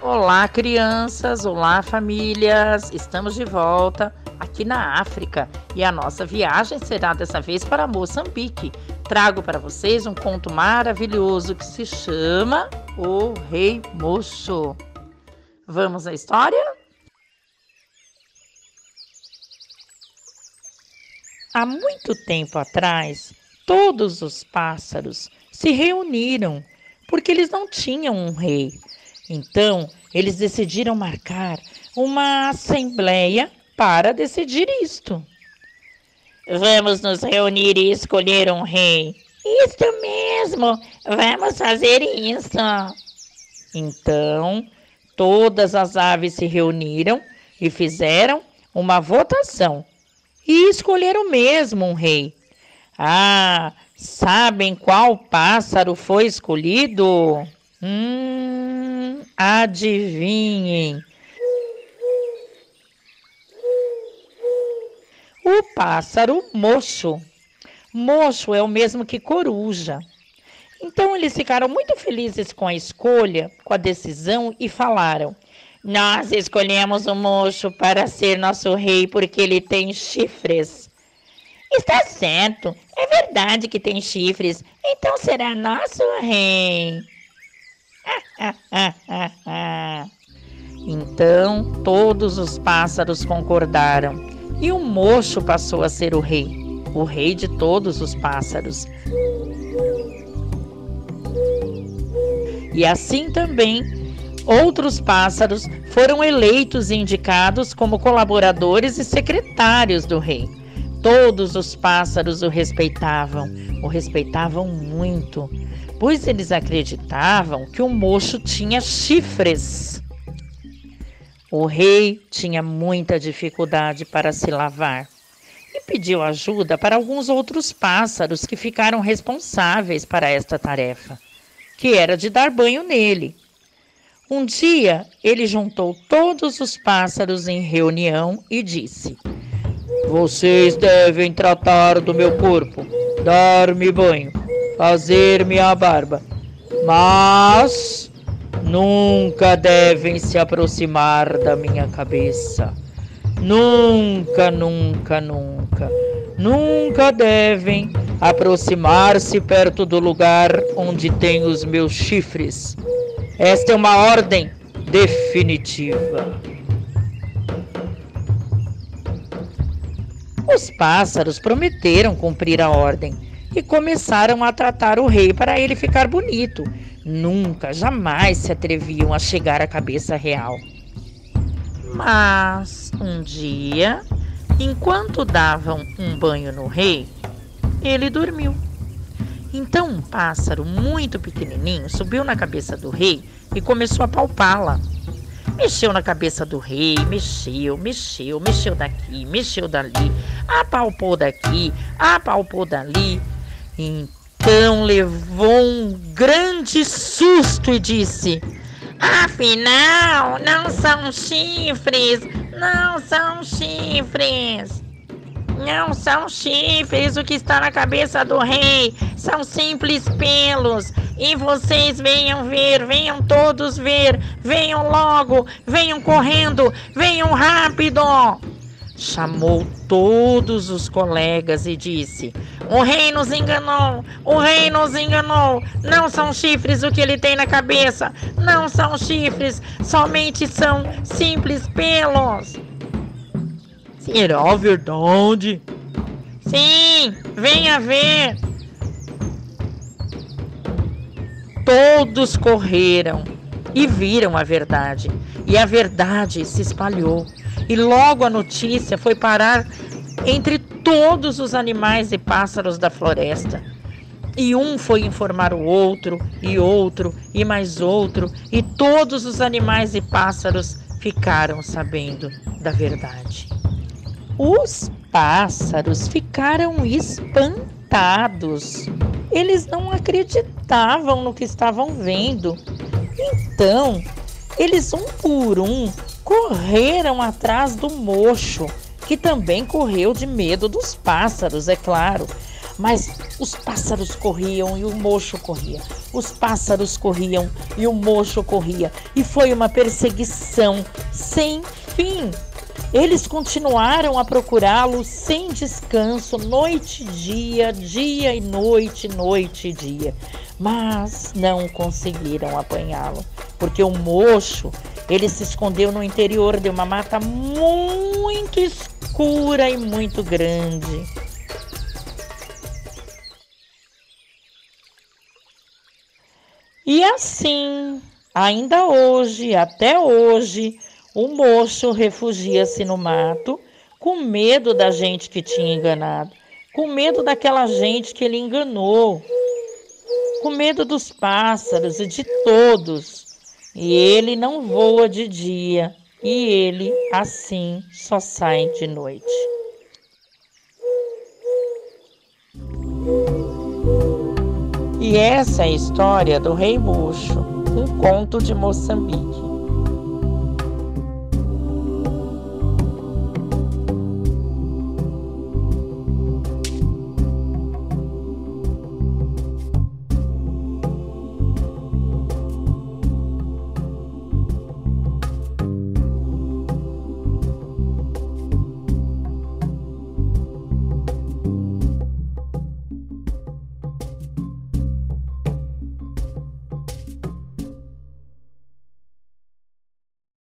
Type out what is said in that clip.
Olá, crianças! Olá, famílias! Estamos de volta aqui na África e a nossa viagem será dessa vez para Moçambique. Trago para vocês um conto maravilhoso que se chama O Rei Moço. Vamos à história? Há muito tempo atrás, todos os pássaros se reuniram porque eles não tinham um rei. Então, eles decidiram marcar uma assembleia para decidir isto. Vamos nos reunir e escolher um rei. Isso mesmo, vamos fazer isso. Então, todas as aves se reuniram e fizeram uma votação e escolheram mesmo um rei. Ah, sabem qual pássaro foi escolhido? Adivinhem. O pássaro moço. Moço é o mesmo que coruja. Então eles ficaram muito felizes com a escolha, com a decisão e falaram: nós escolhemos o moço para ser nosso rei porque ele tem chifres. Está certo, é verdade que tem chifres, então será nosso rei. Então todos os pássaros concordaram e o moço passou a ser o rei de todos os pássaros. E assim também outros pássaros foram eleitos e indicados como colaboradores e secretários do rei. Todos os pássaros o respeitavam muito, pois eles acreditavam que o moço tinha chifres. O rei tinha muita dificuldade para se lavar e pediu ajuda para alguns outros pássaros que ficaram responsáveis para esta tarefa, que era de dar banho nele. Um dia, ele juntou todos os pássaros em reunião e disse: vocês devem tratar do meu corpo, dar-me banho, fazer-me a barba, mas nunca devem se aproximar da minha cabeça. Nunca, nunca, nunca. Nunca devem aproximar-se perto do lugar onde tem os meus chifres. Esta é uma ordem definitiva. Os pássaros prometeram cumprir a ordem e começaram a tratar o rei para ele ficar bonito. Nunca, jamais se atreviam a chegar à cabeça real. Mas um dia, enquanto davam um banho no rei, ele dormiu. Então um pássaro muito pequenininho subiu na cabeça do rei e começou a palpá-la. Mexeu na cabeça do rei, mexeu daqui, mexeu dali, apalpou daqui, apalpou dali. Então levou um grande susto e disse: afinal, não são chifres, não são chifres. Não são chifres o que está na cabeça do rei, são simples pelos. E vocês venham ver, venham todos ver, venham logo, venham correndo, venham rápido. Chamou todos os colegas e disse: o rei nos enganou, o rei nos enganou. Não são chifres o que ele tem na cabeça, não são chifres, somente são simples pelos. Será verdade? Sim, venha ver. Todos correram e viram a verdade. E a verdade se espalhou. E logo a notícia foi parar entre todos os animais e pássaros da floresta. E um foi informar o outro, e mais outro. E todos os animais e pássaros ficaram sabendo da verdade. Os pássaros ficaram espantados. Eles não acreditavam no que estavam vendo. Então, eles um por um correram atrás do moço, que também correu de medo dos pássaros, é claro. Mas os pássaros corriam e o mocho corria. Os pássaros corriam e o mocho corria. E foi uma perseguição sem fim. Eles continuaram a procurá-lo sem descanso, noite e dia e noite, noite e dia. Mas não conseguiram apanhá-lo, porque o mocho, ele se escondeu no interior de uma mata muito escura e muito grande. E assim, ainda hoje, até hoje, o mocho refugia-se no mato, com medo da gente que tinha enganado, com medo daquela gente que ele enganou, com medo dos pássaros e de todos. E ele não voa de dia, e ele, assim, só sai de noite. E essa é a história do Rei Mocho, um conto de Moçambique.